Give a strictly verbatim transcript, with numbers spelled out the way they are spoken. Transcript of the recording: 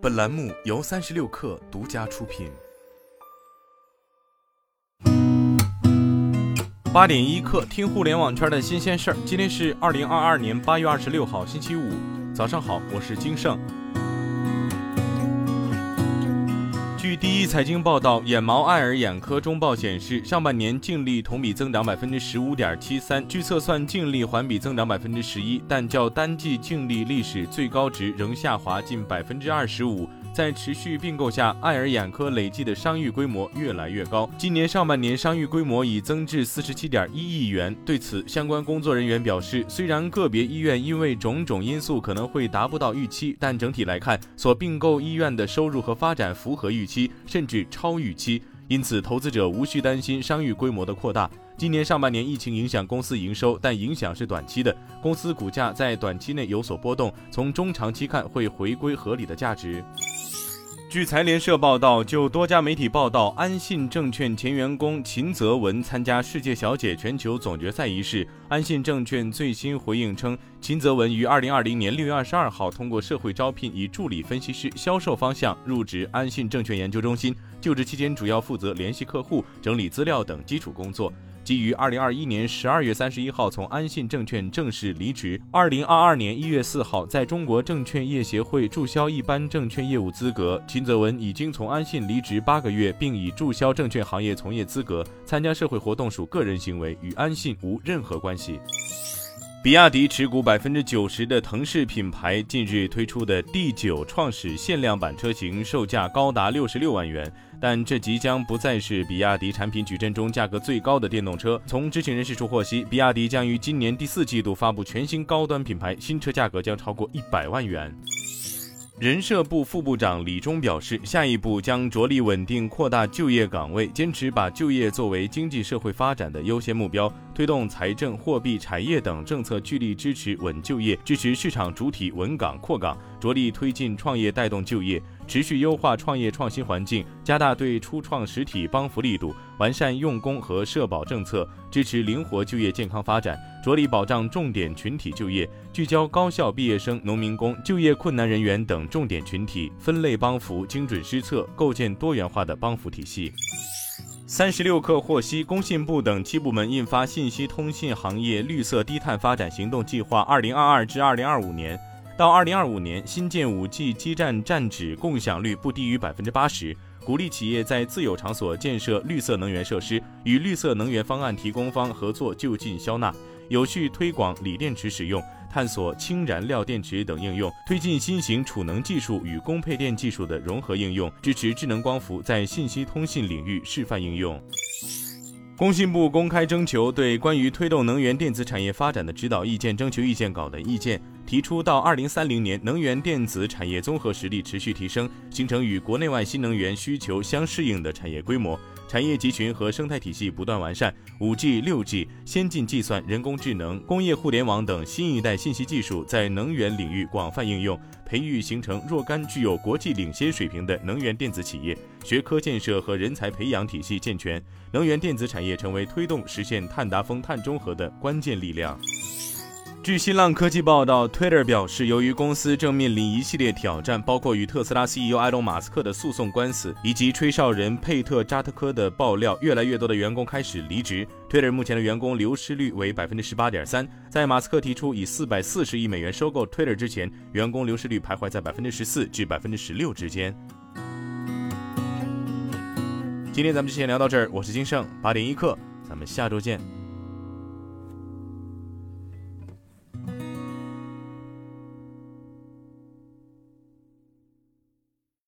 本栏目由三十六氪独家出品。八点一刻，听互联网圈的新鲜事儿。今天是二零二二年八月二十六号，星期五，早上好，我是金盛。据第一财经报道，眼毛爱尔眼科中报显示，上半年净利同比增长百分之十五点七三，据测算净利环比增长百分之十一，但较单季净利历史最高值仍下滑近百分之二十五。在持续并购下，爱尔眼科累计的商誉规模越来越高。今年上半年商誉规模已增至四十七点一亿元。对此，相关工作人员表示，虽然个别医院因为种种因素可能会达不到预期，但整体来看，所并购医院的收入和发展符合预期，甚至超预期。因此，投资者无需担心商誉规模的扩大。今年上半年疫情影响公司营收，但影响是短期的，公司股价在短期内有所波动，从中长期看会回归合理的价值。据财联社报道，就多家媒体报道，安信证券前员工秦泽文参加世界小姐全球总决赛一事，安信证券最新回应称，秦泽文于二零二零年六月二十二号通过社会招聘，以助理分析师销售方向入职安信证券研究中心，就职期间主要负责联系客户、整理资料等基础工作。基于二零二一年十二月三十一号从安信证券正式离职，二零二二年一月四号在中国证券业协会注销一般证券业务资格。秦泽文已经从安信离职八个月，并以注销证券行业从业资格，参加社会活动属个人行为，与安信无任何关系。比亚迪持股百分之九十的腾势品牌近日推出的 D 九 创始限量版车型，售价高达六十六万元，但这即将不再是比亚迪产品矩阵中价格最高的电动车。从知情人士处获悉，比亚迪将于今年第四季度发布全新高端品牌，新车价格将超过一百万元。人社部副部长李忠表示，下一步将着力稳定扩大就业岗位，坚持把就业作为经济社会发展的优先目标，推动财政、货币、产业等政策聚力支持稳就业，支持市场主体稳岗扩岗，着力推进创业带动就业，持续优化创业创新环境，加大对初创实体帮扶力度，完善用工和社保政策，支持灵活就业健康发展，着力保障重点群体就业，聚焦高校毕业生、农民工、就业困难人员等重点群体，分类帮扶，精准施策，构建多元化的帮扶体系。三十六氪获悉，工信部等七部门印发信息通信行业绿色低碳发展行动计划二零二二至二零二五年，到二零二五年，新建 五 G 基站站址共享率不低于百分之八十，鼓励企业在自有场所建设绿色能源设施，与绿色能源方案提供方合作就近消纳，有序推广锂电池使用，探索氢燃料电池等应用，推进新型储能技术与供配电技术的融合应用，支持智能光伏在信息通信领域示范应用。工信部公开征求对关于推动能源电子产业发展的指导意见征求意见稿的意见，提出到二零三零年，能源电子产业综合实力持续提升，形成与国内外新能源需求相适应的产业规模，产业集群和生态体系不断完善， 五 G、六 G、先进计算、人工智能、工业互联网等新一代信息技术在能源领域广泛应用，培育形成若干具有国际领先水平的能源电子企业，学科建设和人才培养体系健全，能源电子产业成为推动实现碳达峰、碳中和的关键力量。据新浪科技报道 ，Twitter 表示，由于公司正面临一系列挑战，包括与特斯拉 C E O 埃隆·马斯克的诉讼官司，以及吹哨人佩特·扎特科的爆料，越来越多的员工开始离职。Twitter 目前的员工流失率为 百分之十八点三， 在马斯克提出以四百四十亿美元收购 Twitter 之前，员工流失率徘徊在 百分之十四 至 百分之十六 之间。今天咱们就先聊到这儿，我是金盛，八点一刻，咱们下周见。